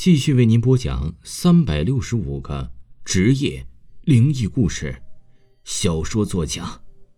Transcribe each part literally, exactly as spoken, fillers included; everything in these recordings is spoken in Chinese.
继续为您播讲三百六十五个职业灵异故事。小说作家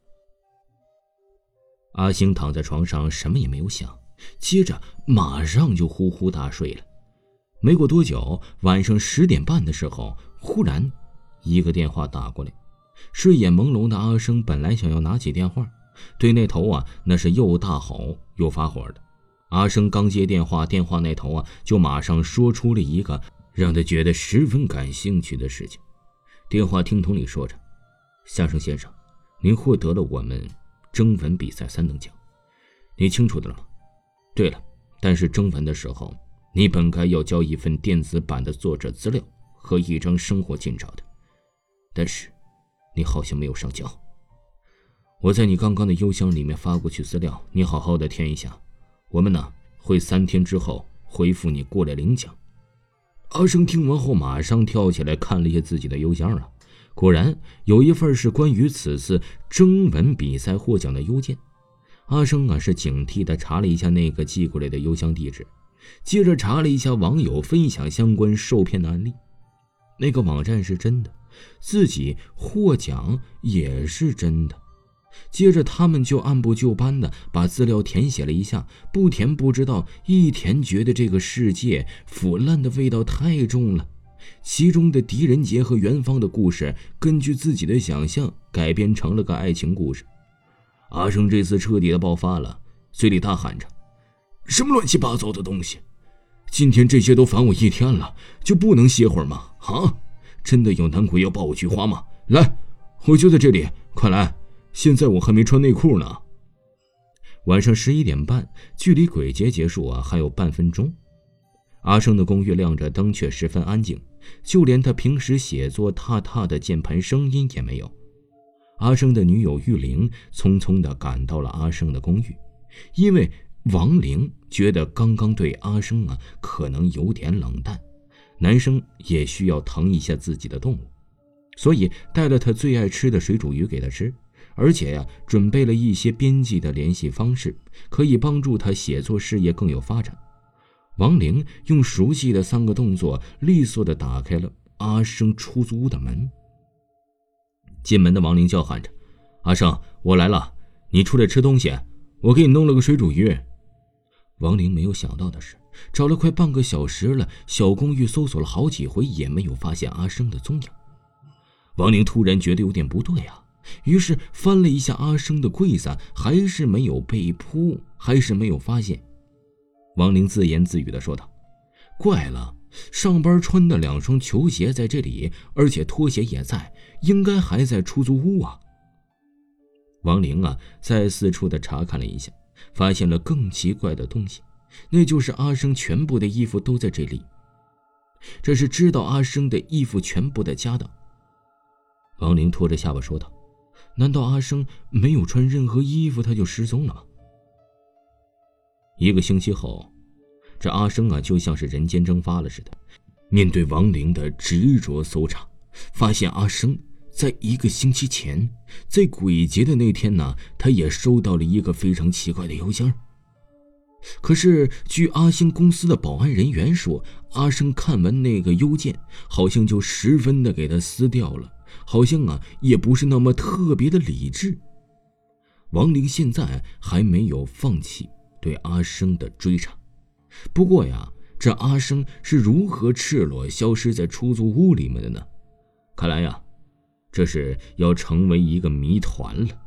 阿星躺在床上什么也没有想，接着马上就呼呼大睡了。没过多久，晚上十点半的时候，忽然一个电话打过来。睡眼朦胧的阿生本来想要拿起电话，对那头啊那是又大吼又发火的。阿生刚接电话，电话那头啊就马上说出了一个让他觉得十分感兴趣的事情。电话听筒里说着：相声先生，您获得了我们征文比赛三等奖，你清楚的了吗？对了，但是征文的时候你本该要交一份电子版的作者资料和一张生活近照的，但是你好像没有上交。我在你刚刚的邮箱里面发过去资料，你好好的填一下，我们呢会三天之后回复你过来领奖。阿生听完后马上跳起来看了一下自己的邮箱啊，果然有一份是关于此次征文比赛获奖的邮件。阿生啊是警惕地查了一下那个寄过来的邮箱地址，接着查了一下网友分享相关受骗的案例。那个网站是真的，自己获奖也是真的。接着他们就按部就班的把资料填写了一下，不填不知道，一填觉得这个世界腐烂的味道太重了。其中的狄仁杰和元芳的故事根据自己的想象改编成了个爱情故事。阿生这次彻底的爆发了，嘴里大喊着：什么乱七八糟的东西，今天这些都烦我一天了，就不能歇会儿吗？啊，真的有男鬼要抱我菊花吗？来，我就在这里，快来，现在我还没穿内裤呢。晚上十一点半，距离鬼节结束啊还有半分钟。阿生的公寓亮着灯，却十分安静，就连他平时写作踏踏的键盘声音也没有。阿生的女友玉玲匆匆地赶到了阿生的公寓，因为王玲觉得刚刚对阿生啊可能有点冷淡，男生也需要疼一下自己的动物，所以带了他最爱吃的水煮鱼给他吃，而且呀、啊、准备了一些编辑的联系方式，可以帮助他写作事业更有发展。王玲用熟悉的三个动作利索地打开了阿生出租屋的门。进门的王玲叫喊着：阿生，我来了，你出来吃东西，我给你弄了个水煮鱼。王玲没有想到的是，找了快半个小时了，小公寓搜索了好几回也没有发现阿生的踪影。王玲突然觉得有点不对啊，于是翻了一下阿生的柜子，还是没有被铺，还是没有发现。王玲自言自语地说道：怪了，上班穿的两双球鞋在这里，而且拖鞋也在，应该还在出租屋啊。王玲啊在四处的查看了一下，发现了更奇怪的东西，那就是阿生全部的衣服都在这里。这是知道阿生的衣服全部的家当。王玲拖着下巴说道：难道阿生没有穿任何衣服他就失踪了吗？一个星期后，这阿生啊就像是人间蒸发了似的。面对王玲的执着搜查，发现阿生在一个星期前，在鬼节的那天呢，他也收到了一个非常奇怪的邮件。可是据阿星公司的保安人员说，阿生看完那个邮件好像就十分的给他撕掉了，好像啊也不是那么特别的理智。王玲现在还没有放弃对阿生的追查，不过呀，这阿生是如何赤裸消失在出租屋里面的呢？看来呀，这是要成为一个谜团了。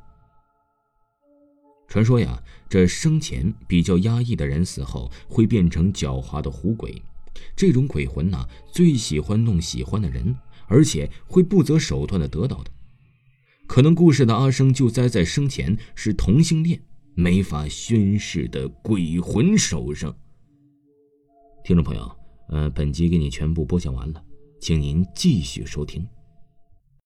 传说呀，这生前比较压抑的人死后会变成狡猾的狐鬼，这种鬼魂呢，最喜欢弄喜欢的人，而且会不择手段的得到的。可能故事的阿生就栽在生前是同性恋没法宣誓的鬼魂手上。听众朋友，呃，本集给你全部播讲完了，请您继续收听。